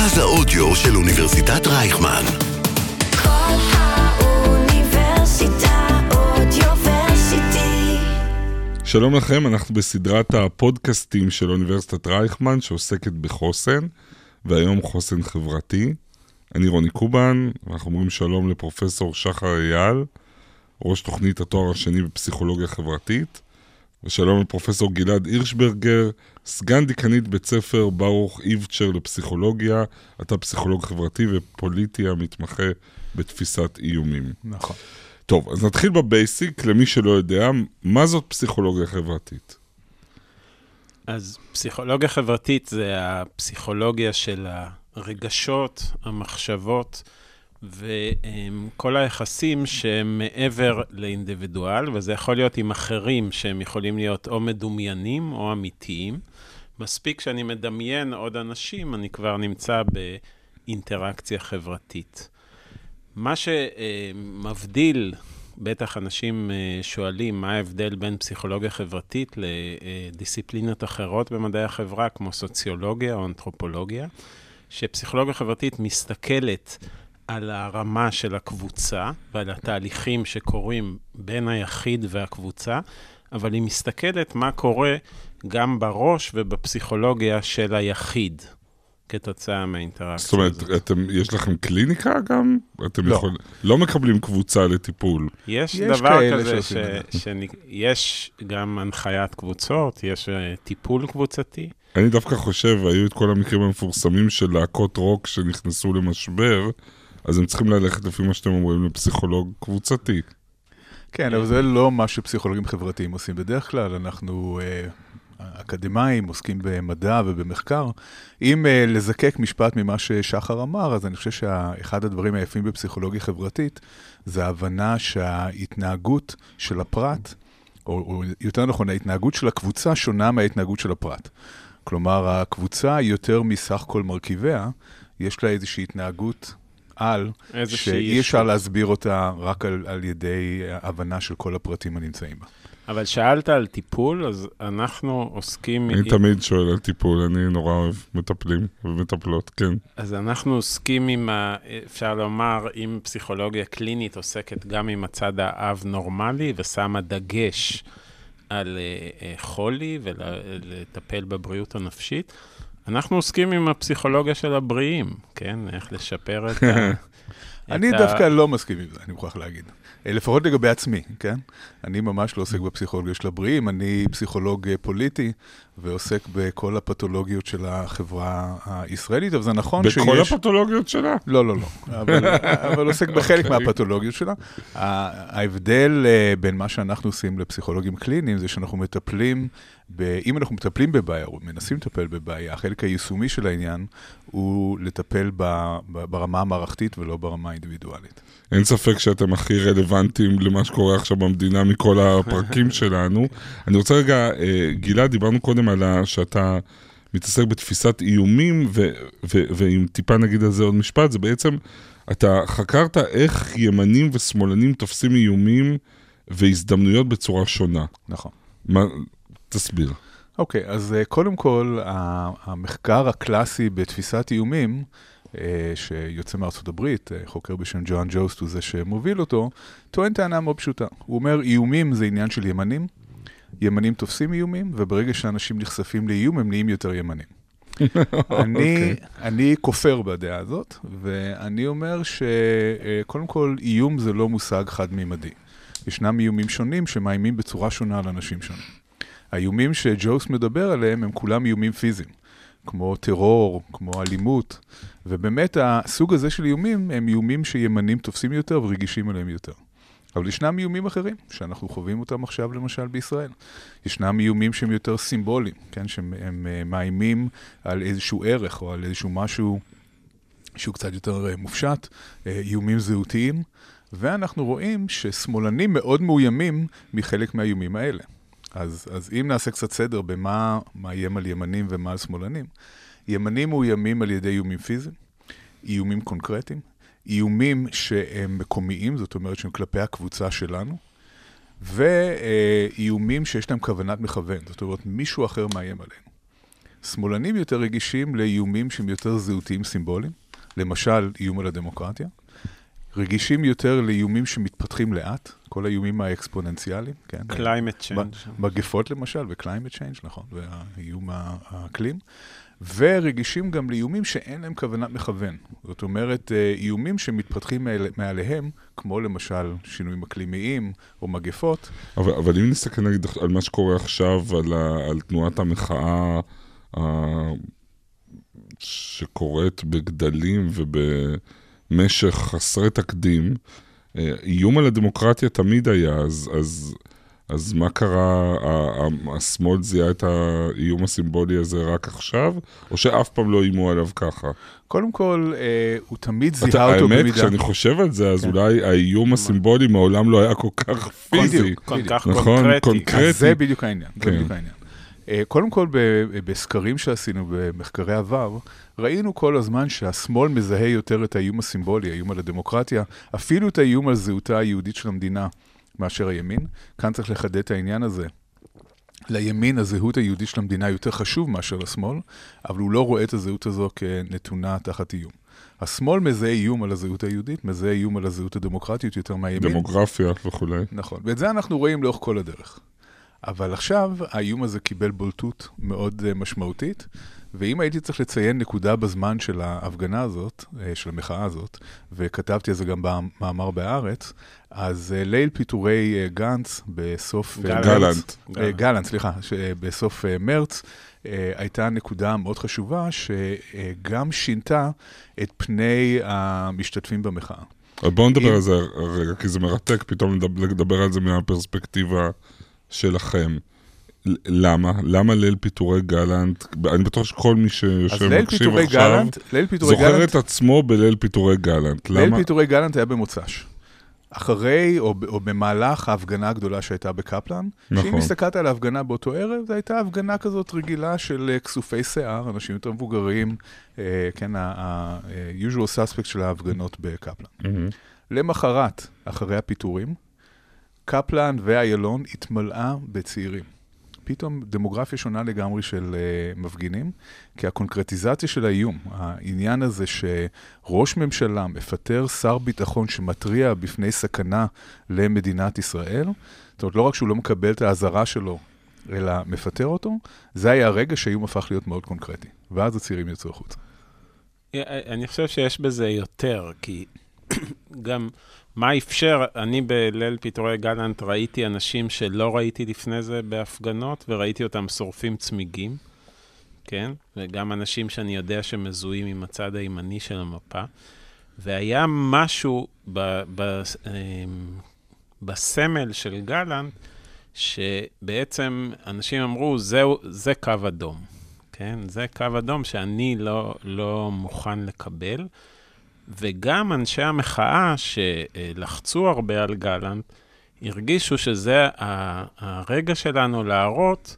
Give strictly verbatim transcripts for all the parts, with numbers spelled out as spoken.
מרכז האודיו של אוניברסיטת רייכמן. כל האוניברסיטה אודיוורסיטי. שלום לכם, אנחנו בסדרת הפודקאסטים של אוניברסיטת רייכמן שעוסקת בחוסן, והיום חוסן חברתי. אני רוני קובן, ואנחנו אומרים שלום לפרופסור שחר אייל, ראש תוכנית התואר השני בפסיכולוגיה חברתית, ושלום לפרופסור גלעד הירשברגר, סגן דיקנית בית ספר ברוך איבצ'ר לפסיכולוגיה, אתה פסיכולוג חברתי ופוליטי המתמחה בתפיסת איומים. נכון. טוב, אז נתחיל בבייסיק, למי שלא יודע, מה זאת פסיכולוגיה חברתית? אז פסיכולוגיה חברתית זה הפסיכולוגיה של הרגשות, המחשבות, וכל היחסים שהם מעבר לאינדיבידואל, וזה יכול להיות עם אחרים שהם יכולים להיות או מדומיינים או אמיתיים. מספיק שאני מדמיין עוד אנשים, אני כבר נמצא באינטראקציה חברתית. מה שמבדיל, בטח אנשים שואלים מה ההבדל בין פסיכולוגיה חברתית לדיסציפלינות אחרות במדעי החברה, כמו סוציולוגיה או אנתרופולוגיה, שפסיכולוגיה חברתית מסתכלת על הרמה של הקבוצה ועל התהליכים שקורים בין היחיד והקבוצה, אבל היא מסתכלת מה קורה גם בראש ובפסיכולוגיה של היחיד, כתוצאה מהאינטראקציה זאת אומרת, הזאת. אתם, יש לכם קליניקה גם? אתם לא. יכול, לא מקבלים קבוצה לטיפול. יש, יש דבר כאלה כזה, ש, שעושים את שיש גם הנחיית קבוצות, יש uh, טיפול קבוצתי. אני דווקא חושב, היו את כל המקרים המפורסמים של להקות רוק שנכנסו למשבר, אז הם צריכים ללכת לפי מה שאתם אומרים לפסיכולוג קבוצתי. כן, אבל זה לא מה שפסיכולוגים חברתיים עושים. בדרך כלל אנחנו אה, אקדמיים, עוסקים במדע ובמחקר. אם אה, לזקק משפט ממה ששחר אמר, אז אני חושב שאחד הדברים היפים בפסיכולוגיה חברתית, זה ההבנה שההתנהגות של הפרט, או, או יותר נכון, ההתנהגות של הקבוצה שונה מההתנהגות של הפרט. כלומר, הקבוצה יותר מסך כל מרכיביה, יש לה איזושהי התנהגות על, שאי אפשר להסביר אותה רק על, על ידי הבנה של כל הפרטים הנמצאים בה. אבל שאלת על טיפול, אז אנחנו עוסקים... אני תמיד שואל על טיפול, אני נורא אוהב מטפלים ומטפלות, כן. אז אנחנו עוסקים עם, ה... אפשר לומר, עם פסיכולוגיה קלינית עוסקת גם עם הצד האב-נורמלי, ושמה דגש על חולי ולטפל בבריאות הנפשית. אנחנו עוסקים עם הפסיכולוגיה של הבריאים, כן? איך לשפר את ה... אני דווקא לא מסכים עם זה, אני מוכרח להגיד. לפחות לגבי עצמי, כן? אני ממש לא עוסק בפסיכולוגיה של הבריאים, אני פסיכולוג פוליטי, ועוסק בכל הפתולוגיות של החברה הישראלית, אבל זה נכון שיש... בכל הפתולוגיות שלה? לא, לא, לא. אבל, אבל עוסק בחלק מהפתולוגיות שלה. ההבדל בין מה שאנחנו עושים לפסיכולוגים קליניים, זה שאנחנו מטפלים, ב... אם אנחנו מטפלים בבעיה, או מנסים לטפל בבעיה, החלק היישומי של העניין, הוא לטפל ב... ברמה המערכתית ולא ברמה האינדיבידואלית. אין ספק שאתם הכי רלוונטיים למה שקורה עכשיו במדינה מכל הפרקים שלנו. אני רוצה רגע, גלעד, דיברנו קודם על שאתה מתעסק בתפיסת איומים, ו- ו- ואם טיפה נגיד על זה עוד משפט, זה בעצם, אתה חקרת איך ימנים ושמאלנים תופסים איומים והזדמנויות בצורה שונה. נכון. מה, תסביר. אוקיי, אז קודם כל, המחקר הקלאסי בתפיסת איומים, שיוצא מארצות הברית, חוקר בשם ג'ואן ג'וסט הוא זה שמוביל אותו, טוען טענה מאוד פשוטה. הוא אומר, איומים זה עניין של ימנים, ימנים תופסים איומים, וברגע שאנשים נחשפים לאיום, הם נהיים יותר ימנים. אני, אני כופר בדעה הזאת, ואני אומר שקודם כל, איום זה לא מושג חד-מימדי. ישנם איומים שונים שמאיימים בצורה שונה על אנשים שונים. האיומים שג'וסט מדבר עליהם הם כולם איומים פיזיים. כמו טרור, כמו אלימות, ובאמת הסוג הזה של איומים הם איומים שימנים תופסים יותר ורגישים עליהם יותר. אבל ישנם איומים אחרים, שאנחנו חווים אותם עכשיו למשל בישראל. ישנם איומים שהם יותר סימבוליים, כן? שהם מאיימים על איזשהו ערך או על איזשהו משהו שהוא קצת יותר מופשט, איומים זהותיים, ואנחנו רואים ששמאלנים מאוד מאוימים מחלק מהאיומים האלה. אז, אז אם נעשה קצת סדר במה מאיים על ימנים ומה על שמאלנים, ימנים מאוימים על ידי איומים פיזיים, איומים קונקרטיים, איומים שהם מקומיים, זאת אומרת שהם כלפי הקבוצה שלנו, ואיומים שיש להם כוונת מכוון, זאת אומרת מישהו אחר מאיים עלינו. שמאלנים יותר רגישים לאיומים שהם יותר זהותיים סימבוליים, למשל איום על הדמוקרטיה, רגישים יותר לאיומים שמתפתחים לאט, כל האיומים האקספוננציאליים, כן? climate change. מגפות למשל, ו-climate change, נכון, והאיום האקלים, ורגישים גם לאיומים שאין להם כוונת מכוון. זאת אומרת, איומים שמתפתחים מעליהם, כמו למשל שינויים אקלימיים או מגפות. אבל, אבל אם נסתכל נגיד על מה שקורה עכשיו, על, ה, על תנועת המחאה ה, שקורית בגדלים ובמשך חסרי תקדים, איום על הדמוקרטיה תמיד היה, אז... אז אז מה קרה, השמאל זיהה את האיום הסימבולי הזה רק עכשיו, או שאף פעם לא אימו עליו ככה? קודם כל, הוא תמיד זיהה אותו במידה. האמת, כשאני חושב על זה, אז אולי האיום הסימבולי מעולם לא היה כל כך פיזי. כל כך קונקרטי. זה בדיוק העניין, זה בדיוק העניין. קודם כל, בסקרים שעשינו במחקרי עבר, ראינו כל הזמן שהשמאל מזהה יותר את האיום הסימבולי, האיום על הדמוקרטיה, אפילו את האיום על זהותה היהודית של המדינה, מאשר הימין. כאן צריך לחדד את העניין הזה. לימין הזהות היהודית של המדינה יותר חשוב מאשר לשמאל, אבל הוא לא רואה את הזהות הזו כנתונה תחת איום. השמאל מזהה איום על הזהות היהודית, מזהה איום על הזהות הדמוקרטית יותר מהימין. דמוגרפיה וכו'. נכון, ואת זה אנחנו רואים לאורך כל הדרך. אבל עכשיו האיום הזה קיבל בולטות מאוד משמעותית, ואם הייתי צריך לציין נקודה בזמן של ההפגנה הזאת, של המחאה הזאת, וכתבתי על זה גם במאמר בארץ, אז ליל פיטורי גנץ בסוף... גלנט. גלנט, סליחה, בסוף מרץ, הייתה נקודה מאוד חשובה, שגם שינתה את פני המשתתפים במחאה. בואו נדבר על זה רגע, כי זה מרתק פתאום לדבר על זה מהפרספקטיבה שלכם. למה? למה ליל פיטורי גלנט? אני בטוח שכל מי שמקשיב עכשיו זוכר את עצמו בליל פיטורי גלנט. ליל פיטורי גלנט היה במוצ"ש. אחרי או, או במהלך ההפגנה הגדולה שהייתה בקפלן, נכון. שאם הסתכלת על ההפגנה באותו ערב, זו הייתה הפגנה כזאת רגילה של כסופי שיער, אנשים יותר מבוגרים, אה, כן, ה-usual suspect של ההפגנות בקפלן. Mm-hmm. למחרת, אחרי הפיטורים, קפלן ואיילון התמלאה בצעירים. פתאום דמוגרפיה שונה לגמרי של uh, מפגינים, כי הקונקרטיזציה של האיום, העניין הזה שראש ממשלה מפטר שר ביטחון שמטריע בפני סכנה למדינת ישראל, זאת אומרת, לא רק שהוא לא מקבל את ההזרה שלו, אלא מפטר אותו, זה היה הרגע שהאיום הפך להיות מאוד קונקרטי, ואז הצעירים יצאו החוצה. אני חושב שיש בזה יותר, כי גם... מה אפשר? אני בליל פיטורי גלנט ראיתי אנשים שלא ראיתי לפני זה בהפגנות, וראיתי אותם שורפים צמיגים, כן? וגם אנשים שאני יודע שמזוהים עם הצד הימני של המפה. והיה משהו ב, ב, בסמל של גלנט, שבעצם אנשים אמרו, זה, זה קו אדום, כן? זה קו אדום שאני לא, לא מוכן לקבל, וגם אנשי המחאה שלחצו הרבה על גלנט, הרגישו שזה הרגע שלנו להראות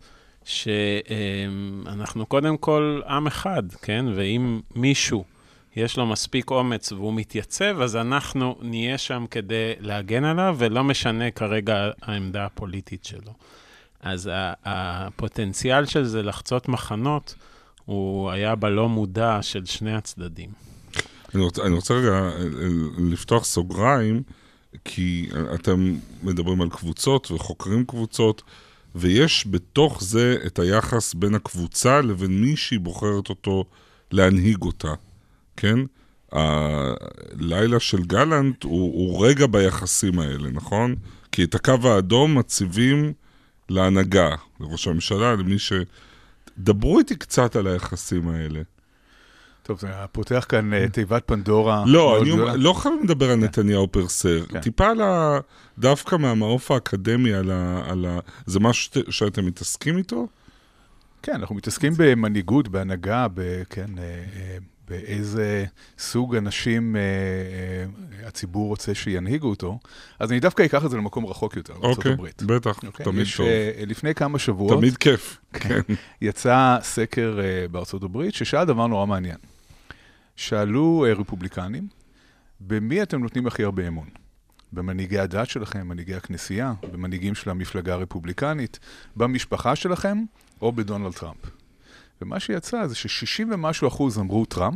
שאנחנו קודם כל עם אחד, כן? ואם מישהו יש לו מספיק אומץ והוא מתייצב, אז אנחנו נהיה שם כדי להגן עליו, ולא משנה כרגע העמדה הפוליטית שלו. אז הפוטנציאל של זה לחצות מחנות, הוא היה בלא מודע של שני הצדדים. אני רוצה, אני רוצה רגע לפתוח סוגריים, כי אתם מדברים על קבוצות וחוקרים קבוצות, ויש בתוך זה את היחס בין הקבוצה לבין מי שהיא בוחרת אותו להנהיג אותה, כן? הלילה של גלנט הוא, הוא רגע ביחסים האלה, נכון? כי את הקו האדום מציבים להנהגה, לראש הממשלה, למי ש... דברו איתי קצת על היחסים האלה. טוב, זה פותח כאן תיבת פנדורה. לא, אני לא חייב לדבר על נתניהו פרסר. טיפה על ה... דווקא מהמעוף האקדמי על ה... זה משהו שאתם מתעסקים איתו? כן, אנחנו מתעסקים במנהיגות, בהנהגה, כן, באיזה סוג אנשים הציבור רוצה שינהיגו אותו. אז אני דווקא אקח את זה למקום רחוק יותר, בארצות הברית. אוקיי, בטח, תמיד טוב. לפני כמה שבועות... תמיד כיף. יצא סקר בארצות הברית ששאל דבר נורא מעניין. שאלו רפובליקנים, במי אתם נותנים הכי הרבה אמון? במנהיגי הדת שלכם, מנהיגי הכנסייה, במנהיגים של המפלגה הרפובליקנית, במשפחה שלכם או בדונלד טראמפ? ומה שיצא זה ש-שישים ומשהו אחוז אמרו טראמפ,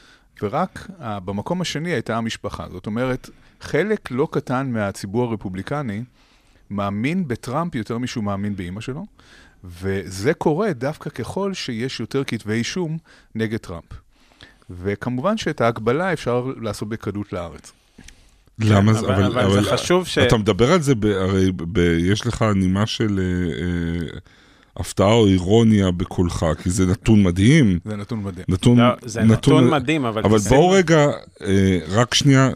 ורק uh, במקום השני הייתה המשפחה. זאת אומרת, חלק לא קטן מהציבור הרפובליקני מאמין בטראמפ יותר משהו מאמין באמא שלו, וזה קורה דווקא ככל שיש יותר כתבי אישום נגד טראמפ. וכמובן שאת ההגבלה אפשר לעשות בקלות לארץ. למה אבל, זה? אבל, אבל, אבל זה חשוב ש... אתה מדבר על זה, ב, הרי ב, יש לך נימה של אה, אה, הפתעה או אירוניה בקולך, כי זה נתון מדהים. זה נתון מדהים. נתון, לא, זה נתון, נתון מדהים, אבל... אבל בואו רגע, אה, רק שנייה,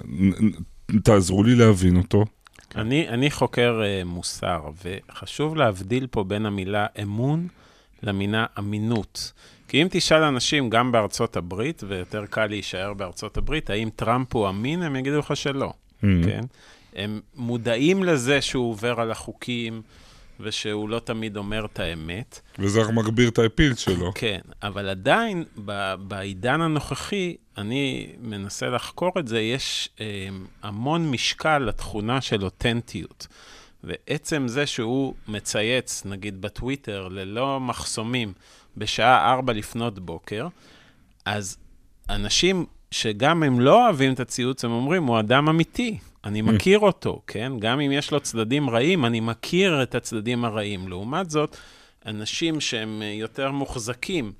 תעזרו לי להבין אותו. אני, אני חוקר אה, מוסר, וחשוב להבדיל פה בין המילה אמון למילה אמינות. כי אם תשאל אנשים גם בארצות הברית, ויותר קל להישאר בארצות הברית, האם טראמפ הוא אמין, הם יגידו לך שלא. Mm-hmm. כן? הם מודעים לזה שהוא עובר על החוקים, ושהוא לא תמיד אומר את האמת. וזה רק מגביר את האפיל שלו. כן, אבל עדיין, ב- בעידן הנוכחי, אני מנסה לחקור את זה, יש אה, המון משקל לתכונה של אותנטיות. ועצם זה שהוא מצייץ, נגיד בטוויטר, ללא מחסומים, בשעה ארבע לפנות בוקר, אז אנשים שגם הם לא אוהבים את הציוץ, הם אומרים, הוא אדם אמיתי, אני מכיר אותו, כן? גם אם יש לו צדדים רעים, אני מכיר את הצדדים הרעים. לעומת זאת, אנשים שהם יותר מוחזקים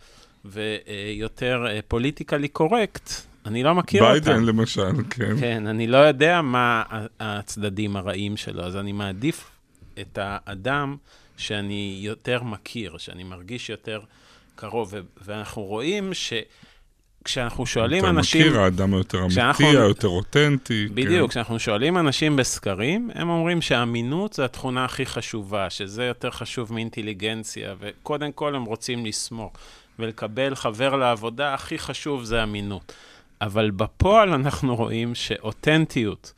ויותר פוליטיקלי קורקט, אני לא מכיר אותם. ביידן למשל, כן. כן, אני לא יודע מה הצדדים הרעים שלו, אז אני מעדיף את האדם שאני יותר מכיר, שאני מרגיש יותר קרוב, ואנחנו רואים ש... כשאנחנו שואלים אנשים... אתה מכיר, האדם היותר אמיתי, היותר אותנטי. בדיוק, כן. כשאנחנו שואלים אנשים בסקרים, הם אומרים שהאמינות זה התכונה הכי חשובה, שזה יותר חשוב מאינטליגנציה, וקודם כל הם רוצים לסמוך, ולקבל חבר לעבודה, הכי חשוב זה אמינות. אבל בפועל אנחנו רואים שאותנטיות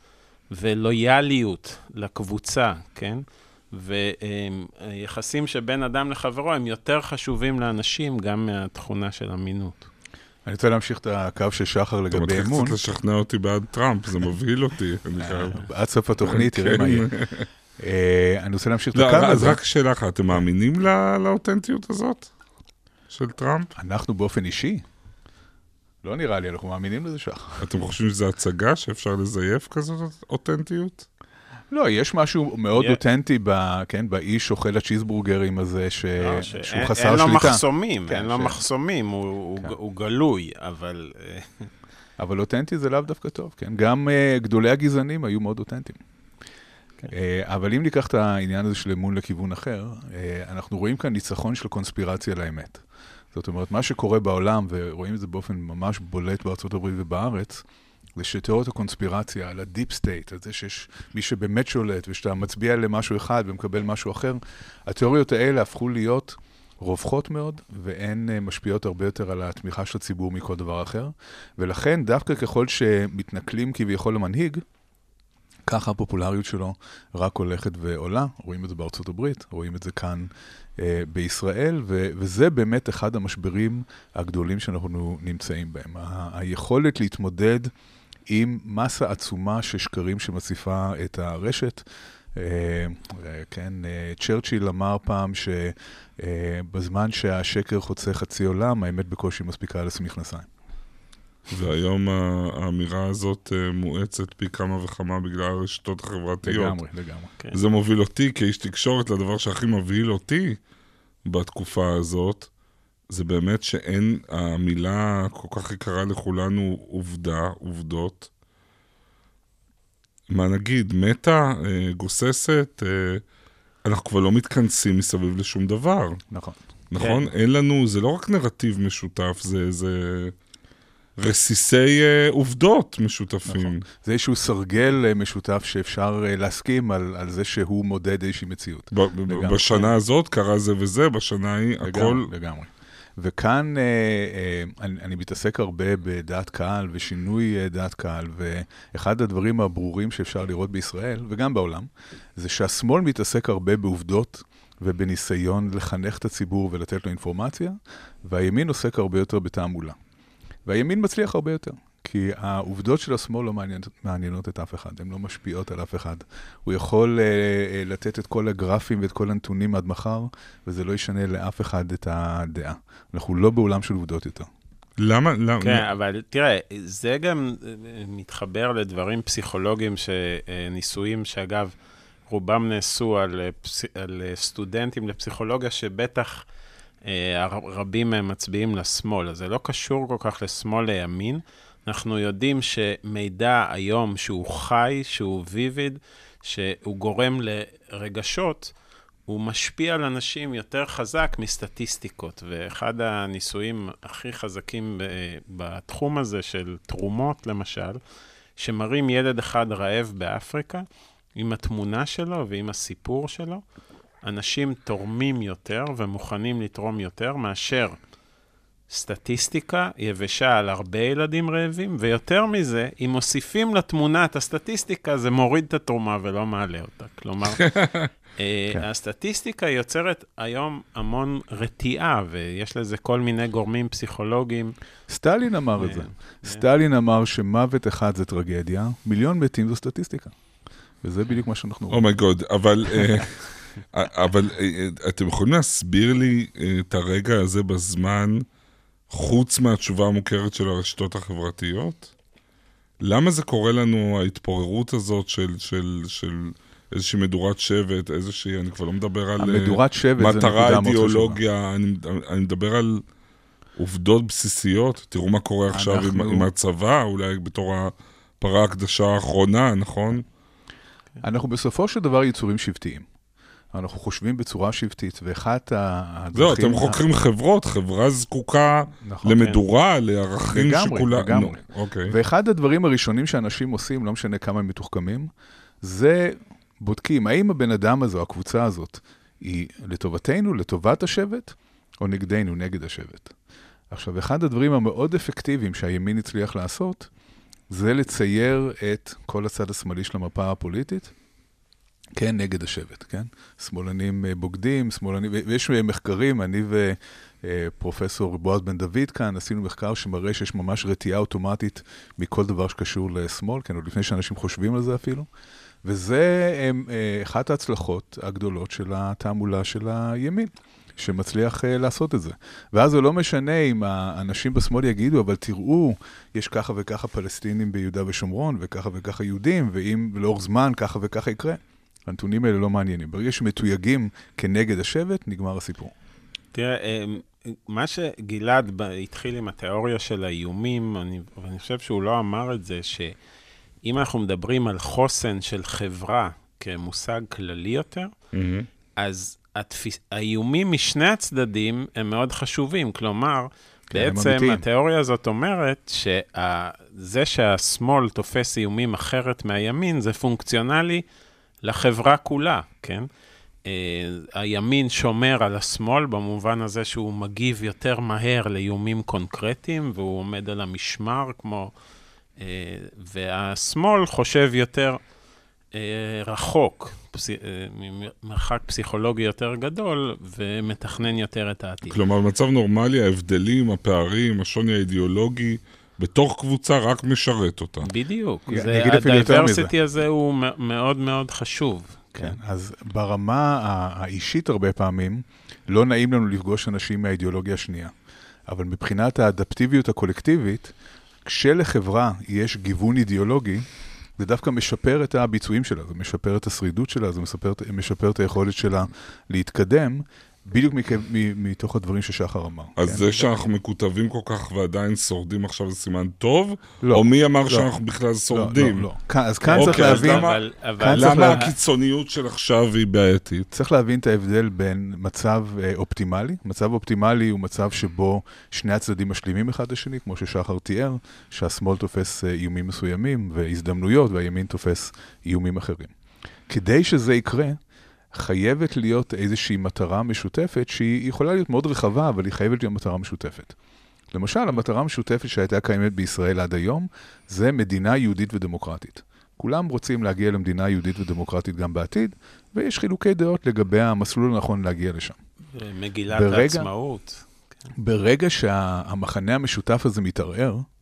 ולויאליות לקבוצה, כן? ויחסים שבין אדם לחברו הם יותר חשובים לאנשים גם מהתכונה של אמינות. אני רוצה להמשיך את הקו של שחר לגבי אמון. אתה מתחיל קצת לשכנע אותי בעד טראמפ, זה מבהיל אותי. עד סוף התוכנית, תראה מה יהיה. אני רוצה להמשיך את הקו הזה. אז רק שאלה אחת, אתם מאמינים לאותנטיות הזאת של טראמפ? אנחנו באופן אישי? לא נראה לי, אנחנו מאמינים לזה שחר. אתם חושבים שזה הצגה שאפשר לזייף כזאת אותנטיות? לא, יש משהו מאוד אותנטי באיש אוכל הצ'יזבורגרים הזה, שהוא חסר שליטה. אין לו מחסומים, אין לו מחסומים, הוא גלוי, אבל... אבל אותנטי זה לאו דווקא טוב, כן? גם גדולי הגזענים היו מאוד אותנטיים. אבל אם ניקח את העניין הזה של אמון לכיוון אחר, אנחנו רואים כאן ניצחון של קונספירציה לאמת. זאת אומרת, מה שקורה בעולם, ורואים את זה באופן ממש בולט בארצות הברית ובארץ, זה שתיאוריות הקונספירציה, על הדיפ סטייט, על זה שיש מי שבאמת שולט, ושאתה מצביע למשהו אחד ומקבל משהו אחר, התיאוריות האלה הפכו להיות רווחות מאוד, והן משפיעות הרבה יותר על התמיכה של הציבור מכל דבר אחר, ולכן דווקא ככל שמתנכלים כביכול למנהיג, ככה הפופולריות שלו רק הולכת ועולה, רואים את זה בארצות הברית, רואים את זה כאן אה, בישראל, ו- וזה באמת אחד המשברים הגדולים שאנחנו נמצאים בהם. ה- היכולת להתמודד עם מסה עצומה של שקרים שמציפה את הרשת. אה, כן, אה, צ'רצ'יל אמר פעם שבזמן אה, שהשקר חוצה חצי עולם, האמת בקושי מספיקה לשים מכנסיים. והיום האמירה הזאת מואצת פי כמה וכמה בגלל הרשתות החברתיות. לגמרי, לגמרי. כן. זה מוביל אותי כאיש תקשורת לדבר שהכי מבהיל אותי בתקופה הזאת, זה באמת שאין, המילה כל כך יקרה לכולנו עובדה, עובדות. מה נגיד, מתה, גוססת, אנחנו כבר לא מתכנסים מסביב לשום דבר. נכון. נכון? כן. אין לנו, זה לא רק נרטיב משותף, זה... זה רסיסי uh, עובדות משותפים. נכון. זה איזשהו סרגל uh, משותף שאפשר uh, להסכים על, על זה שהוא מודד איזושהי מציאות. ב- לגמרי. בשנה הזאת קרה זה וזה, בשנה היא לגמרי, הכל... לגמרי. וכאן uh, uh, אני, אני מתעסק הרבה בדעת קהל ושינוי uh, דעת קהל, ואחד הדברים הברורים שאפשר לראות בישראל, וגם בעולם, זה שהשמאל מתעסק הרבה בעובדות, ובניסיון לחנך את הציבור ולתת לו אינפורמציה, והימין עוסק הרבה יותר בתעמולה. והימין מצליח הרבה יותר, כי העובדות של השמאל לא מעניינות, מעניינות את אף אחד, הן לא משפיעות על אף אחד. הוא יכול uh, לתת את כל הגרפים ואת כל הנתונים עד מחר, וזה לא ישנה לאף אחד את הדעה. אנחנו לא בעולם של עובדות יותר. למה? למה? כן, אבל תראה, זה גם מתחבר לדברים פסיכולוגיים, ניסויים שאגב, רובם נעשו על, על סטודנטים לפסיכולוגיה, שבטח רבים מהם מצביעים לשמאל. אז זה לא קשור כל כך לשמאל לימין. אנחנו יודעים שמידע היום שהוא חי, שהוא ויביד, שהוא גורם לרגשות, הוא משפיע על אנשים יותר חזק מסטטיסטיקות, ואחד הניסויים הכי חזקים בתחום הזה של תרומות, למשל, שמראים ילד אחד רעב באפריקה, עם התמונה שלו ועם הסיפור שלו, אנשים תורמים יותר ומוכנים לתרום יותר מאשר סטטיסטיקה יבשה על הרבה ילדים רעבים, ויותר מזה, אם מוסיפים לתמונה את הסטטיסטיקה, זה מוריד את התרומה ולא מעלה אותה. כלומר, הסטטיסטיקה יוצרת היום המון רתיעה, ויש לזה כל מיני גורמים פסיכולוגיים. סטלין אמר את זה. סטלין אמר שמוות אחד זה טרגדיה, מיליון מתים זו סטטיסטיקה. וזה בדיוק מה שאנחנו רואים. אומייגוד, אבל... אבל אתם יכולים להסביר לי את הרגע הזה בזמן, חוץ מהתשובה המוכרת של הרשתות החברתיות? למה זה קורה לנו, ההתפוררות הזאת של, של, של איזושהי מדורת שבט, איזושהי, אני כבר לא מדבר על המדורת שבט מטרה, אידיאולוגיה, אני, אני מדבר על עובדות בסיסיות. תראו מה קורה עכשיו אנחנו... עם, עם הצבא, אולי בתור הפרה הקדשה האחרונה, נכון? אנחנו בסופו של דבר יצורים שבטיים. אנחנו חושבים בצורה שבטית, ואחת הדרכים... זהו, אתם חוקרים חברות, חברה זקוקה למדורה, לערכים שכולה... לגמרי, לגמרי. ואחד הדברים הראשונים שאנשים עושים, לא משנה כמה הם מתוחכמים, זה בודקים, האם הבן אדם הזה, או הקבוצה הזאת, היא לטובתנו, לטובת השבט, או נגדנו, נגד השבט. עכשיו, אחד הדברים המאוד אפקטיביים שהימין הצליח לעשות, זה לצייר את כל הצד השמאלי של המפה הפוליטית, כן, נגד השבט, כן? שמאלנים בוגדים, שמאלנים, ויש מחקרים, אני ופרופסור בועז בן דוד כאן, עשינו מחקר שמראה שיש ממש רתיעה אוטומטית מכל דבר שקשור לשמאל, כן, עוד לפני שאנשים חושבים על זה אפילו, וזה אחת ההצלחות הגדולות של התעמולה של הימין, שמצליח לעשות את זה. ואז זה לא משנה אם האנשים בשמאל יגידו, אבל תראו, יש ככה וככה פלסטינים ביהודה ושומרון, וככה וככה יהודים, ואם לאורך זמן ככה וככה יקרה. הנתונים האלה לא מעניינים. ברגע שמתויגים כנגד השבט, נגמר הסיפור. תראה, מה שגלעד התחיל עם התיאוריה של האיומים, אני, ואני חושב שהוא לא אמר את זה, שאם אנחנו מדברים על חוסן של חברה כמושג כללי יותר, mm-hmm. אז התפיס, האיומים משני הצדדים הם מאוד חשובים. כלומר, כן, בעצם התיאוריה הזאת אומרת שזה שהשמאל תופס איומים אחרת מהימין, זה פונקציונלי לחברה כולה, כן? Uh, הימין שומר על השמאל במובן הזה שהוא מגיב יותר מהר לאיומים קונקרטיים, והוא עומד על המשמר כמו... Uh, והשמאל חושב יותר uh, רחוק, פס... uh, מרחק פסיכולוגי יותר גדול, ומתכנן יותר את העתיד. כלומר, במצב נורמלי, ההבדלים, הפערים, השוני האידיאולוגי, בתוך קבוצה רק משרת אותה. בדיוק. הדייברסיטי הזה הוא מאוד מאוד חשוב. כן, אז ברמה האישית הרבה פעמים, לא נעים לנו לפגוש אנשים מהאידיאולוגיה השנייה. אבל מבחינת האדפטיביות הקולקטיבית, כשלחברה יש גיוון אידיאולוגי, זה דווקא משפר את הביצועים שלה, זה משפר את השרידות שלה, זה משפר, משפר את היכולת שלה להתקדם, בדיוק מתוך הדברים ששחר אמר. אז זה שאנחנו מקוטבים כל כך ועדיין שורדים עכשיו זה סימן טוב? או מי אמר שאנחנו בכלל שורדים? לא, לא. אז כאן צריך להבין... למה הקיצוניות של עכשיו היא בעייתית? צריך להבין את ההבדל בין מצב אופטימלי. מצב אופטימלי הוא מצב שבו שני הצדדים משלימים אחד לשני, כמו ששחר תיאר, שהשמאל תופס איומים מסוימים והזדמנויות, והימין תופס איומים אחרים. כדי שזה יקרה, חייבת להיות איזושהי מטרה משותפת, שהיא יכולה להיות מאוד רחבה, אבל היא חייבת להיות מטרה משותפת. למשל, המטרה המשותפת שהייתה קיימת בישראל עד היום, זה מדינה יהודית ודמוקרטית. כולם רוצים להגיע למדינה יהודית ודמוקרטית גם בעתיד, ויש חילוקי דעות לגבי המסלול הנכון להגיע לשם. מגילת ברגע, העצמאות. ברגע שהמחנה המשותף הזה מתערער,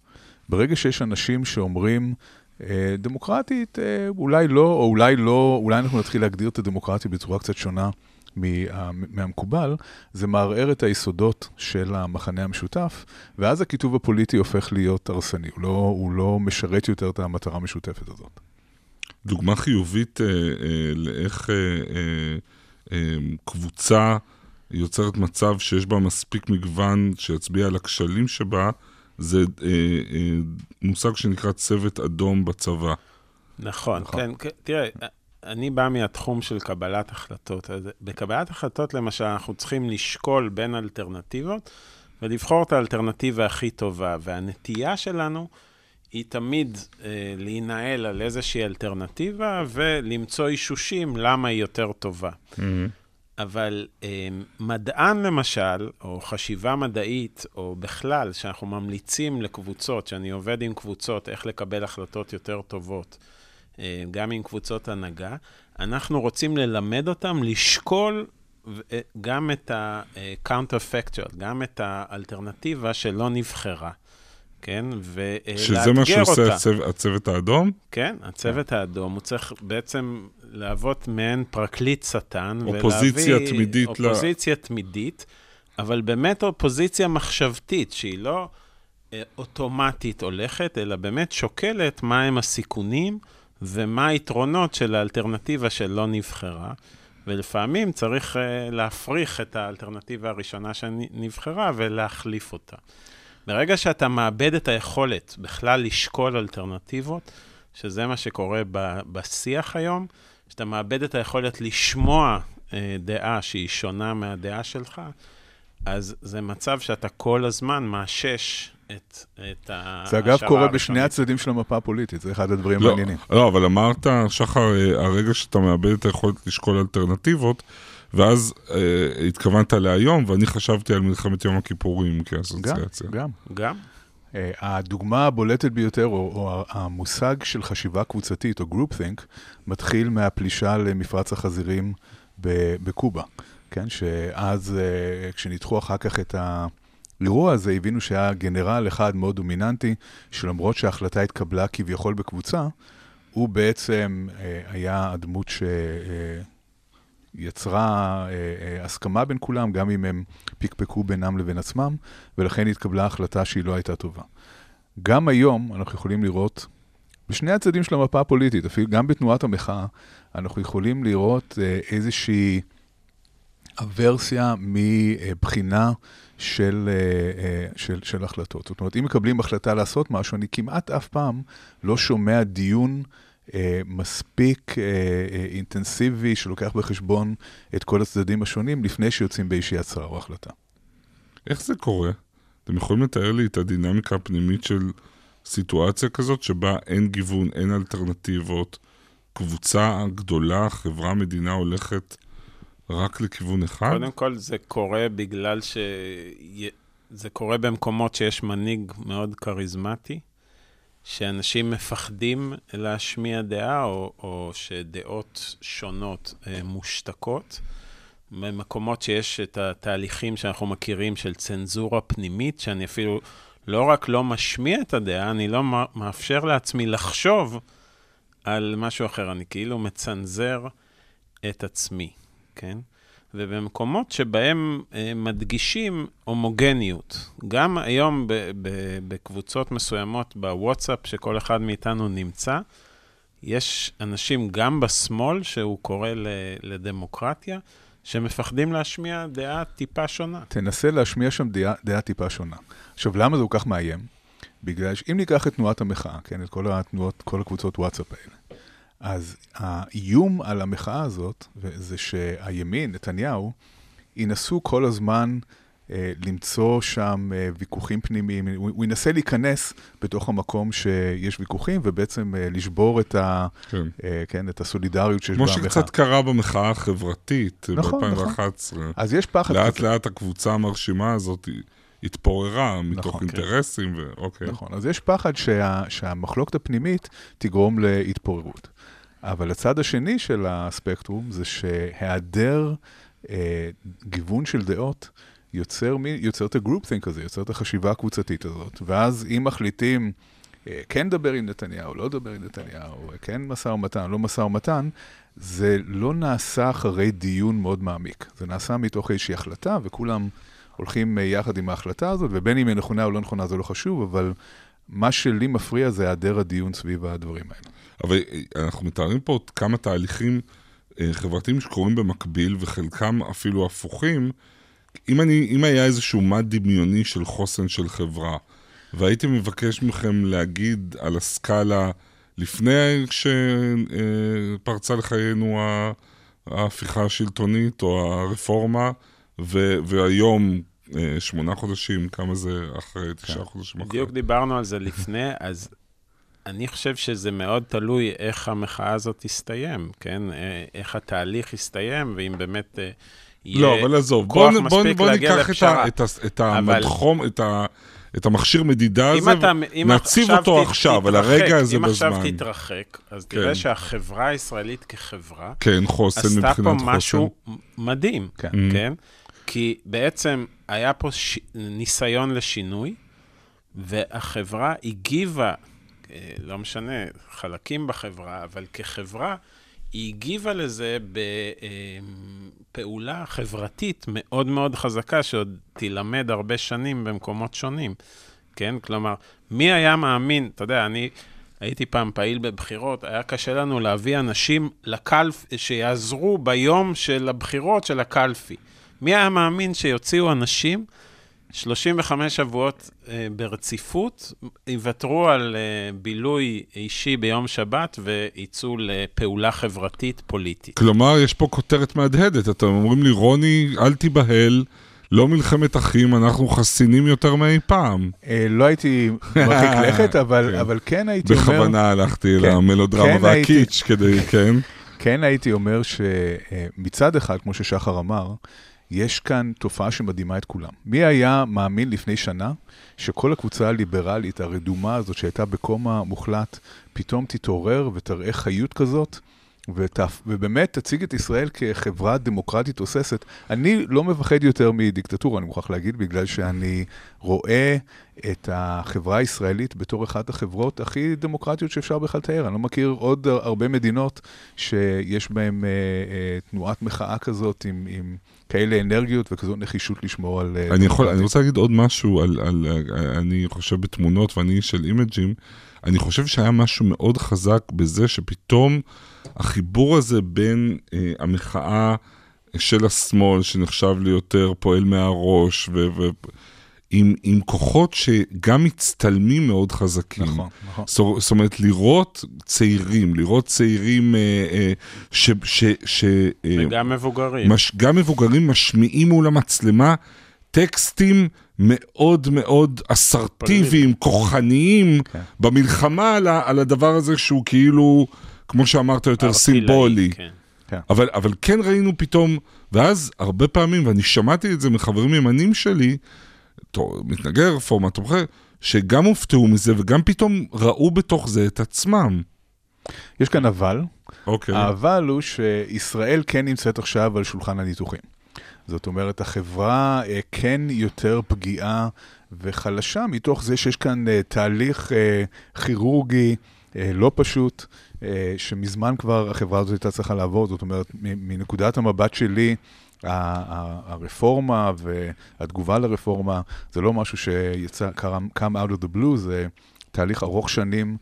ברגע שיש אנשים שאומרים, אה, דמוקרטית, אה, אולי לא, או אולי לא, אולי אנחנו נתחיל להגדיר את הדמוקרטיה בצורה קצת שונה מה, מהמקובל, זה מערער את היסודות של המחנה המשותף, ואז הכיתוב הפוליטי הופך להיות הרסני, הוא לא, הוא לא משרת יותר את המטרה המשותפת הזאת. דוגמה חיובית אה, אה, לאיך אה, אה, אה, קבוצה יוצרת מצב שיש בה מספיק מגוון שיצביע על הכשלים שבה, זה אה, אה, מושג שנקרא צוות אדום בצבא. נכון, נכון. כן, תראה, אני בא מהתחום של קבלת החלטות. אז בקבלת החלטות, למשל, אנחנו צריכים לשקול בין אלטרנטיבות, ולבחור את האלטרנטיבה הכי טובה, והנטייה שלנו היא תמיד אה, להינעל על איזושהי אלטרנטיבה, ולמצוא אישושים למה היא יותר טובה. Mm-hmm. אבל אה, מדען למשל, או חשיבה מדעית, או בכלל, שאנחנו ממליצים לקבוצות, שאני עובד עם קבוצות, איך לקבל החלטות יותר טובות, אה, גם עם קבוצות הנהגה, אנחנו רוצים ללמד אותם לשקול גם את ה-counterfactual, גם את האלטרנטיבה שלא נבחרה. כן, ולאתגר אותה. שזה מה שעושה הצו, הצוות האדום? כן, הצוות כן. האדום, הוא צריך בעצם להוות מעין פרקליט שטן, אופוזיציה ולהביא תמידית אופוזיציה לה... תמידית, אבל באמת אופוזיציה מחשבתית, שהיא לא אה, אוטומטית הולכת, אלא באמת שוקלת מהם הסיכונים, ומה היתרונות של האלטרנטיבה שלא נבחרה, ולפעמים צריך אה, להפריך את האלטרנטיבה הראשונה שנבחרה, ולהחליף אותה. ברגע שאתה מאבד את היכולת בכלל לשקול אלטרנטיבות, שזה מה שקורה ב- בשיח היום, שאתה מאבד את היכולת לשמוע אה, דעה שהיא שונה מהדעה שלך, אז זה מצב שאתה כל הזמן מאשש את, את ההשערה. זה אגב קורה בשני הצדדים של המפה הפוליטית, זה אחד הדברים לא, מעניינים. לא, אבל אמרת, שחר, הרגע שאתה מאבד את היכולת לשקול אלטרנטיבות, ואז אה, התכוונת להיום, ואני חשבתי על מלחמת יום הכיפורים כאסוציאציה. גם, גם. גם. אה, הדוגמה הבולטת ביותר, או, או המושג של חשיבה קבוצתית, או group think, מתחיל מהפלישה למפרץ החזירים בקובה. כן, שאז, אה, כשניתחו אחר כך את האירוע הזה, הבינו שהיה גנרל אחד מאוד דומיננטי, שלמרות שההחלטה התקבלה כביכול בקבוצה, הוא בעצם אה, היה הדמות ש... אה, יצרה אה, אה, הסכמה בין כולם, גם אם הם פיקפקו בינם לבין עצמם, ולכן התקבלה החלטה שהיא לא הייתה טובה. גם היום אנחנו יכולים לראות, בשני הצדדים של המפה הפוליטית, אפילו גם בתנועת המחאה, אנחנו יכולים לראות אה, איזושהי אברסיה מבחינה של, אה, אה, של, של החלטות. זאת אומרת, אם מקבלים החלטה לעשות משהו, אני כמעט אף פעם לא שומע דיון מספיק אינטנסיבי שלוקח בחשבון את כל הצדדים השונים לפני שיוצאים באישי הצהרה או החלטה. איך זה קורה? אתם יכולים לתאר לי את הדינמיקה הפנימית של סיטואציה כזאת שבה אין גיוון, אין אלטרנטיבות, קבוצה גדולה, חברה, מדינה הולכת רק לכיוון אחד? קודם כל זה קורה בגלל ש... זה קורה במקומות שיש מנהיג מאוד קריזמטי, שאנשים מפחדים להשמיע דעה, או, או שדעות שונות אה, מושתקות. במקומות שיש את התהליכים שאנחנו מכירים של צנזורה פנימית, שאני אפילו לא רק לא משמיע את הדעה, אני לא מאפשר לעצמי לחשוב על משהו אחר. אני כאילו מצנזר את עצמי, כן? ובמקומות שבהם אה, מדגישים הומוגניות. גם היום ב- ב- בקבוצות מסוימות בוואטסאפ שכל אחד מאיתנו נמצא, יש אנשים גם בשמאל שהוא קורא ל- לדמוקרטיה, שמפחדים להשמיע דעה טיפה שונה. תנסה להשמיע שם דעה, דעה טיפה שונה. עכשיו, למה זה כל כך מאיים? בגלל שאם ניקח את תנועת המחאה, כן, את כל התנועות, כל הקבוצות וואטסאפ האלה, אז האיום על המחאה הזאת, זה שהימין, נתניהו, ינסו כל הזמן אה, למצוא שם אה, ויכוחים פנימיים, הוא, הוא ינסה להיכנס בתוך המקום שיש ויכוחים, ובעצם אה, לשבור את, ה, כן. אה, כן, את הסולידריות שיש במחאה. כמו שקצת קרה במחאה החברתית, נכון, ב-אלפיים ואחת עשרה. נכון. אז יש פחד לאט כזה. לאט הקבוצה המרשימה הזאת התפוררה מתוך נכון, אינטרסים, כן. ואוקיי. נכון, אז יש פחד שה, שהמחלוקת הפנימית תגרום להתפוררות. אבל הצד השני של הספקטרום זה שהיעדר אה, גיוון של דעות יוצר, מי, יוצר את הגרופ תינק הזה, יוצר את החשיבה הקבוצתית הזאת. ואז אם מחליטים כן דבר עם נתניהו, לא דבר עם נתניהו, כן משא ומתן, לא משא ומתן, זה לא נעשה אחרי דיון מאוד מעמיק. זה נעשה מתוך איזושהי החלטה, וכולם הולכים יחד עם ההחלטה הזאת, ובין אם היא נכונה או לא נכונה זה לא חשוב, אבל מה שלי מפריע זה היעדר הדיון סביב הדברים האלה. אבל אנחנו מתארים פה כמה תהליכים חברתיים שקורים במקביל, וחלקם אפילו הפוכים. אם, אני, אם היה איזשהו מד דמיוני של חוסן של חברה, והייתי מבקש מכם להגיד על הסקאלה, לפני שפרצה לחיינו ההפיכה השלטונית או הרפורמה, ו- והיום שמונה חודשים, כמה זה אחרי, תשעה חודשים אחרי. בדיוק דיברנו על זה לפני, אז אני חושב שזה מאוד תלוי איך המחאה הזאת תסתיים, כן? איך התהליך יסתיים, ואם באמת יהיה לא, אבל עזוב, כוח בוא, מספיק בוא, בוא להגיע ניקח לפשרה. את, ה, את המדחום, את, ה, את המכשיר מדידה הזה, אתה, נציב אותו ת, עכשיו, תתרחק, על הרגע הזה אם בזמן. אם עכשיו תתרחק, אז כן. תראה שהחברה הישראלית כחברה, כן, חוסן מבחינת חוסן. עשתה פה משהו מדהים, כן. Mm. כן? כי בעצם היה פה ש... ניסיון לשינוי, והחברה הגיבה, לא משנה, חלקים בחברה, אבל כחברה, היא הגיבה לזה בפעולה חברתית מאוד מאוד חזקה, שעוד תלמד הרבה שנים במקומות שונים, כן? כלומר, מי היה מאמין, אתה יודע, אני הייתי פעם פעיל בבחירות, היה קשה לנו להביא אנשים לקלפ, שיעזרו ביום של הבחירות של הקלפי. מי היה מאמין שיוציאו אנשים שלושים וחמישה שבועות אה, ברציפות, יוותרו על אה, בילוי אישי ביום שבת, וייצאו לפעולה חברתית פוליטית. כלומר, יש פה כותרת מהדהדת. אתם אומרים לי, רוני, אל תיבהל, לא מלחמת אחים, אנחנו חסינים יותר מאי פעם. אה, לא הייתי מרחיק לכת, אבל, אבל כן הייתי אומר... בכוונה הלכתי כן, למלודרמה כן והקיץ' כדי, כן. כן הייתי אומר שמצד אחד, כמו ששחר אמר, יש כאן תופעה שמדהימה את כולם. מי היה מאמין לפני שנה שכל הקבוצה הליברלית, הרדומה הזאת שהייתה בקומה מוחלט, פתאום תתעורר ותראה חיות כזאת, ותפ... ובאמת תציג את ישראל כחברה דמוקרטית תוססת. אני לא מפחד יותר מדיקטטורה, אני מוכרח להגיד, בגלל שאני רואה את החברה הישראלית בתור אחת החברות הכי דמוקרטיות שאפשר בכלל לתאר. אני לא מכיר עוד הרבה מדינות שיש בהן אה, אה, תנועת מחאה כזאת עם, עם כאלה אנרגיות וכזאת נחישות לשמור על... אני, יכול, אני רוצה להגיד עוד משהו, על, על, אני חושב בתמונות ואני של אימג'ים, אני חושב שהיה משהו מאוד חזק בזה שפתאום החיבור הזה בין אה, המחאה של השמאל, שנחשב לי יותר פועל מהראש, ו, ו, עם, עם כוחות שגם מצטלמים מאוד חזקים. נכון, נכון. זאת אומרת, לראות צעירים, לראות צעירים אה, אה, ש... ש, ש אה, וגם מבוגרים. מש, גם מבוגרים משמיעים מול המצלמה טקסטים מאוד מאוד אסרטיביים, כוחניים, כן. במלחמה על, ה, על הדבר הזה שהוא כאילו, כמו שאמרת, יותר סימבולי. כן. כן. אבל, אבל כן ראינו פתאום, ואז הרבה פעמים, ואני שמעתי את זה מחברים ימנים שלי, מתנגד רפורמה, תומכי, שגם הופתעו מזה, וגם פתאום ראו בתוך זה את עצמם. יש כאן אבל. אוקיי. האבל הוא שישראל כן נמצאת עכשיו על שולחן הניתוחים. זאת אומרת, החברה כן יותר פגיעה וחלשה, מתוך זה שיש כאן תהליך כירורגי לא פשוט, שמזמן כבר החברה הזאת הייתה צריכה לעבור. זאת אומרת, מנקודת המבט שלי, הרפורמה והתגובה לרפורמה, זה לא משהו שיצא, come out of the blue, זה תהליך ארוך שנים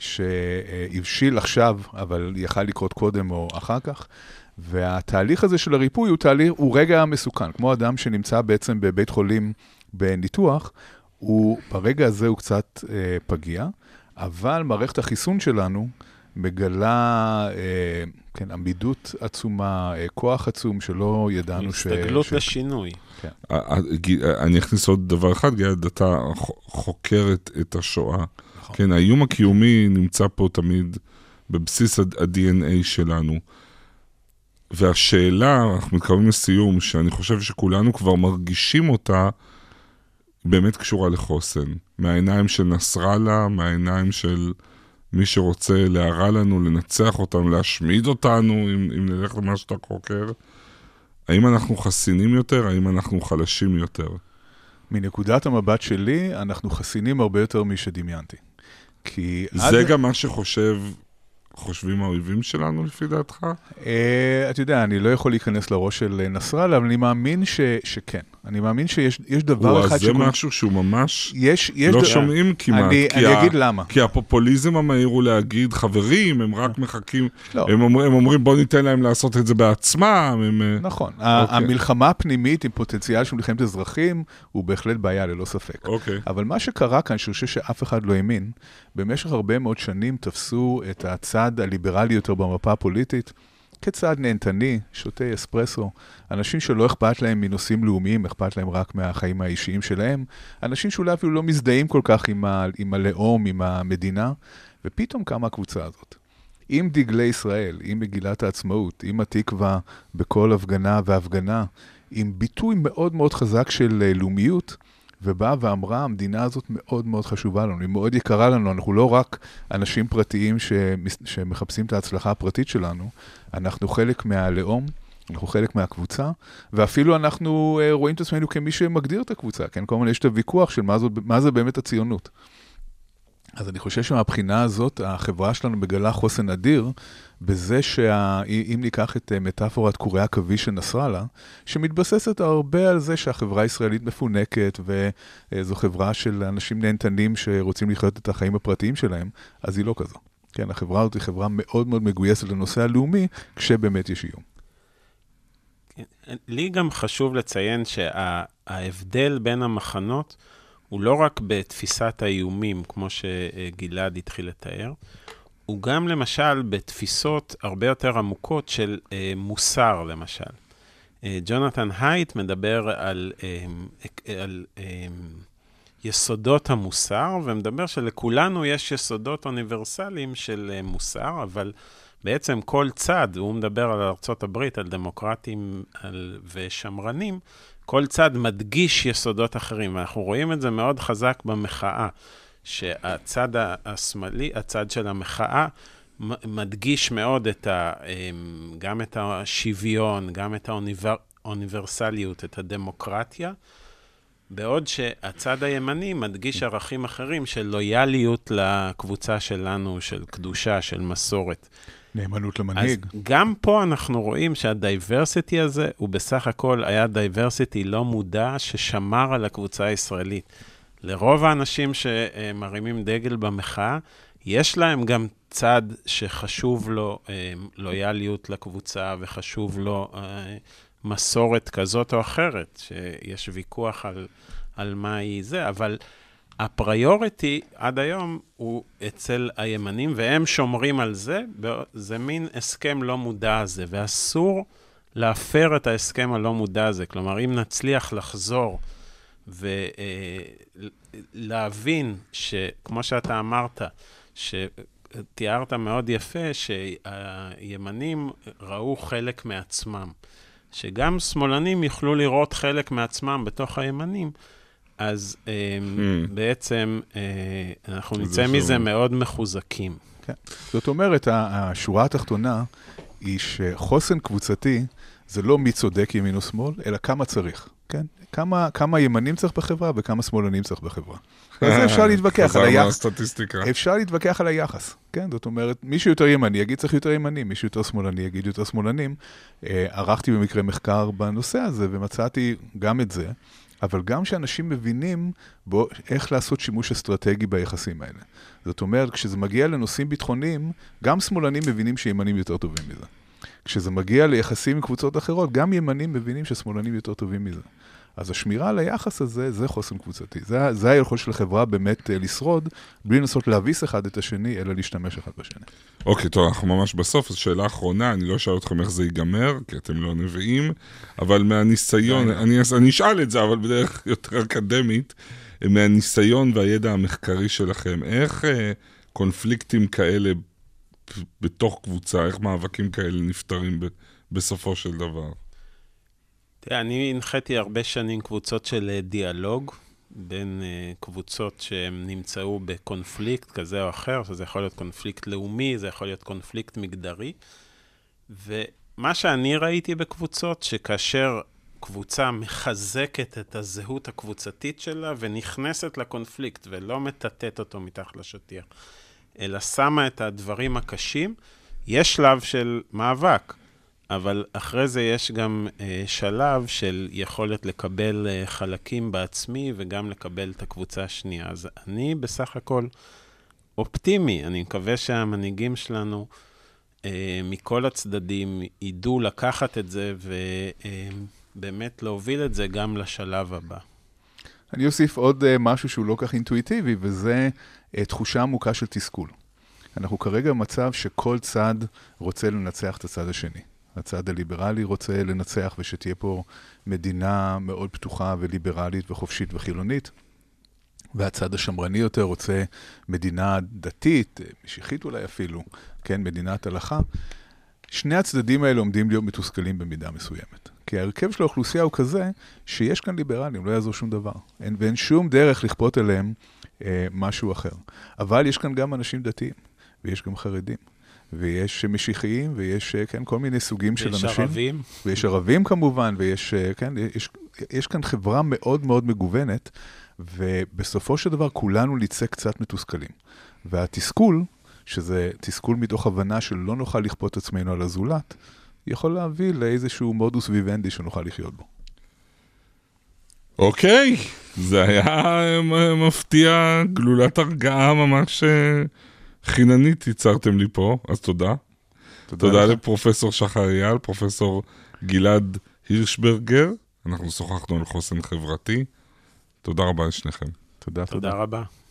שהבשיל עכשיו, אבל יכל לקרות קודם או אחר כך. והתהליך הזה של הריפוי הוא תהליך, הוא רגע מסוכן. כמו אדם שנמצא בעצם בבית חולים בניתוח, הוא, ברגע הזה הוא קצת אה, פגיע, אבל מערכת החיסון שלנו מגלה, אה, כן, עמידות עצומה, אה, כוח עצום שלא ידענו ש... הסתגלות ש... לשינוי. כן. אני אכניס עוד דבר אחד, גלעד, אתה חוקרת את השואה. כן, האיום הקיומי נמצא פה תמיד בבסיס ה-די אן איי שלנו. והשאלה, אנחנו מתקרבים לסיום, שאני חושב שכולנו כבר מרגישים אותה, באמת קשורה לחוסן. מהעיניים של נסראללה, מהעיניים של מי שרוצה להרע לנו, לנצח אותנו, להשמיד אותנו, אם, אם נלך למה שאתה חוקר. האם אנחנו חסינים יותר, האם אנחנו חלשים יותר? מנקודת המבט שלי, אנחנו חסינים הרבה יותר משדמיינתי. כי זה עד... גם מה שחושב, חושבים האויבים שלנו לפי דעתך? אה, אתה יודע, אני לא יכול להיכנס לראש של נסראללה, אבל אני מאמין ש... שכן. אני מאמין שיש יש דבר אחד זה משהו שהוא ממש יש, יש לא ד... שומעים כמעט. אני, כי אני ה... אגיד למה. כי הפופוליזם המהיר הוא להגיד, חברים, הם רק מחכים, לא. הם, אומר, הם אומרים בוא ניתן להם לעשות את זה בעצמם. הם... נכון. אוקיי. המלחמה הפנימית עם פוטנציאל של מלחמת אזרחים, הוא בהחלט בעיה ללא ספק. אוקיי. אבל מה שקרה כאן, שאני חושב שאף אחד לא האמין, במשך הרבה מאוד שנים תפסו את הצד הליברלי יותר במפה הפוליטית, כצד נהנתני, שותה אספרסו, אנשים שלא אכפת להם מנושאים לאומיים, אכפת להם רק מהחיים האישיים שלהם, אנשים שאולי אפילו לא מזדהים כל כך עם, ה, עם הלאום, עם המדינה, ופתאום קמה הקבוצה הזאת. עם דגלי ישראל, עם מגילת העצמאות, עם התקווה בכל הפגנה והפגנה, עם ביטוי מאוד מאוד חזק של לאומיות, ובאה ואמרה, המדינה הזאת מאוד מאוד חשובה לנו, היא מאוד יקרה לנו, אנחנו לא רק אנשים פרטיים שמחפשים את ההצלחה הפרטית שלנו, אנחנו חלק מהלאום, אנחנו חלק מהקבוצה, ואפילו אנחנו רואים את עצמנו כמי שמגדיר את הקבוצה, כן? כל הזמן יש את הוויכוח של מה, זאת, מה זה באמת הציונות. אז אני חושב שמהבחינה הזאת, החברה שלנו מגלה חוסן אדיר, בזה שאם ניקח את מטאפורת קורי העכביש של נסראללה, שמתבססת הרבה על זה שהחברה הישראלית מפונקת, וזו חברה של אנשים נהנתנים שרוצים לחיות את החיים הפרטיים שלהם, אז היא לא כזו. כן, החברה הזאת היא חברה מאוד מאוד מגויסת לנושא הלאומי, כשבאמת יש איום. לי גם חשוב לציין שההבדל בין המחנות, הוא לא רק בתפיסת האיומים, כמו שגלעד התחיל לתאר, הוא גם למשל בתפיסות הרבה יותר עמוקות של אה, מוסר, למשל. אה, ג'ונתן הייט מדבר על, אה, על אה, יסודות המוסר, ומדבר שלכולנו יש יסודות אוניברסליים של אה, מוסר, אבל בעצם כל צד, הוא מדבר על ארצות הברית, על דמוקרטים על, ושמרנים, כל צד מדגיש יסודות אחרים, ואנחנו רואים את זה מאוד חזק במחאה, שהצד השמאלי, הצד של המחאה, מדגיש מאוד את ה, גם את השוויון, גם את האוניברסליות, את הדמוקרטיה, בעוד שהצד הימני מדגיש ערכים אחרים של לויאליות לקבוצה שלנו, של קדושה, של מסורת. נאמנות למנהיג. אז גם פה אנחנו רואים שהדייברסיטי הזה, הוא בסך הכל היה דייברסיטי לא מודע ששמר על הקבוצה הישראלית. לרוב האנשים שמרימים דגל במחאה, יש להם גם צד שחשוב לו לויאליות לקבוצה, וחשוב לו מסורת כזאת או אחרת, שיש ויכוח על, על מה היא זה, אבל הפריוריטי עד היום הוא אצל הימנים, והם שומרים על זה, זה מין הסכם לא מודע הזה, ואסור להפר את ההסכם הלא מודע הזה. כלומר, אם נצליח לחזור ולהבין שכמו שאתה אמרת, שתיארת מאוד יפה, שהימנים ראו חלק מעצמם, שגם שמאלנים יוכלו לראות חלק מעצמם בתוך הימנים, אז um, mm. בעצם uh, אנחנו נצא מזה שום. מאוד מחוזקים. כן. זאת אומרת, השורה התחתונה היא שחוסן קבוצתי זה לא מי צודק ימין או שמאל, אלא כמה צריך. כן? כמה, כמה ימנים צריך בחברה וכמה שמאלנים צריך בחברה. אז אפשר להתווכח על היחס. אפשר להתווכח על היחס. כן? זאת אומרת, מישהו יותר ימני יגיד צריך יותר ימנים, מישהו יותר שמאלני יגיד יותר שמאלנים. ערכתי במקרה מחקר בנושא הזה ומצאתי גם את זה. אבל גם שאנשים מבינים בו איך לעשות שימוש אסטרטגי ביחסים האלה. זאת אומרת, כשזה מגיע לנושאים ביטחוניים, גם שמאלנים מבינים שימנים יותר טובים מזה. כשזה מגיע ליחסים עם קבוצות אחרות, גם ימנים מבינים ששמאלנים יותר טובים מזה. אז השמירה על היחס הזה, זה חוסן קבוצתי. זה, זה היכולת של החברה באמת לשרוד, בלי לנסות להביס אחד את השני, אלא להשתמש אחד בשני. אוקיי, טוב, אנחנו ממש בסוף. אז שאלה אחרונה, אני לא אשאל אתכם איך זה ייגמר, כי אתם לא נביאים, אבל מהניסיון, אני, אני אשאל את זה, אבל בדרך יותר אקדמית, מהניסיון והידע המחקרי שלכם, איך אה, קונפליקטים כאלה בתוך קבוצה, איך מאבקים כאלה נפתרים ב, בסופו של דבר? תראה, אני הנחיתי הרבה שנים קבוצות של דיאלוג, בין uh, קבוצות שהם נמצאו בקונפליקט כזה או אחר, שזה יכול להיות קונפליקט לאומי, זה יכול להיות קונפליקט מגדרי, ומה שאני ראיתי בקבוצות, שכאשר קבוצה מחזקת את הזהות הקבוצתית שלה, ונכנסת לקונפליקט, ולא מטטט אותו מתחת לשטיח, אלא שמה את הדברים הקשים. יש שלב של מאבק, אבל אחרי זה יש גם אה, שלב של יכולת לקבל אה, חלקים בעצמי, וגם לקבל את הקבוצה השנייה. אז אני בסך הכל אופטימי. אני מקווה שהמנהיגים שלנו, אה, מכל הצדדים, ידעו לקחת את זה, ובאמת להוביל את זה גם לשלב הבא. אני אוסיף עוד uh, משהו שהוא לא כך אינטואיטיבי, וזה uh, תחושה עמוקה של תסכול. אנחנו כרגע במצב שכל צד רוצה לנצח את הצד השני. הצד הליברלי רוצה לנצח ושתהיה פה מדינה מאוד פתוחה וליברלית וחופשית וחילונית, והצד השמרני יותר רוצה מדינה דתית, משיחית אולי אפילו, כן, מדינת הלכה. שני הצדדים האלה עומדים להיות מתוסכלים במידה מסוימת. כי ההרכב של האוכלוסייה הוא כזה שיש כאן ליברלים, לא יעזור שום דבר. אין, ואין שום דרך לכפות אליהם אה, משהו אחר. אבל יש כאן גם אנשים דתיים, ויש גם חרדים, ויש משיחיים, ויש כן, כל מיני סוגים של אנשים. ויש ערבים. ויש ערבים כמובן, ויש כן, יש, יש כאן חברה מאוד מאוד מגוונת, ובסופו של דבר כולנו נצא קצת מתוסכלים. והתסכול, שזה תסכול מתוך הבנה שלא נוכל לכפות עצמנו על הזולת, יכול להביא לאיזשהו מודוס ויבנדי שנוכל לחיות בו. אוקיי, זה היה מפתיע, גלולת הרגעה ממש חיננית ייצרתם לי פה, אז תודה. תודה, תודה לפרופסור שחר אייל, פרופסור גלעד הירשברגר, אנחנו שוחחנו על חוסן חברתי. תודה רבה לשניכם. תודה, תודה. תודה רבה.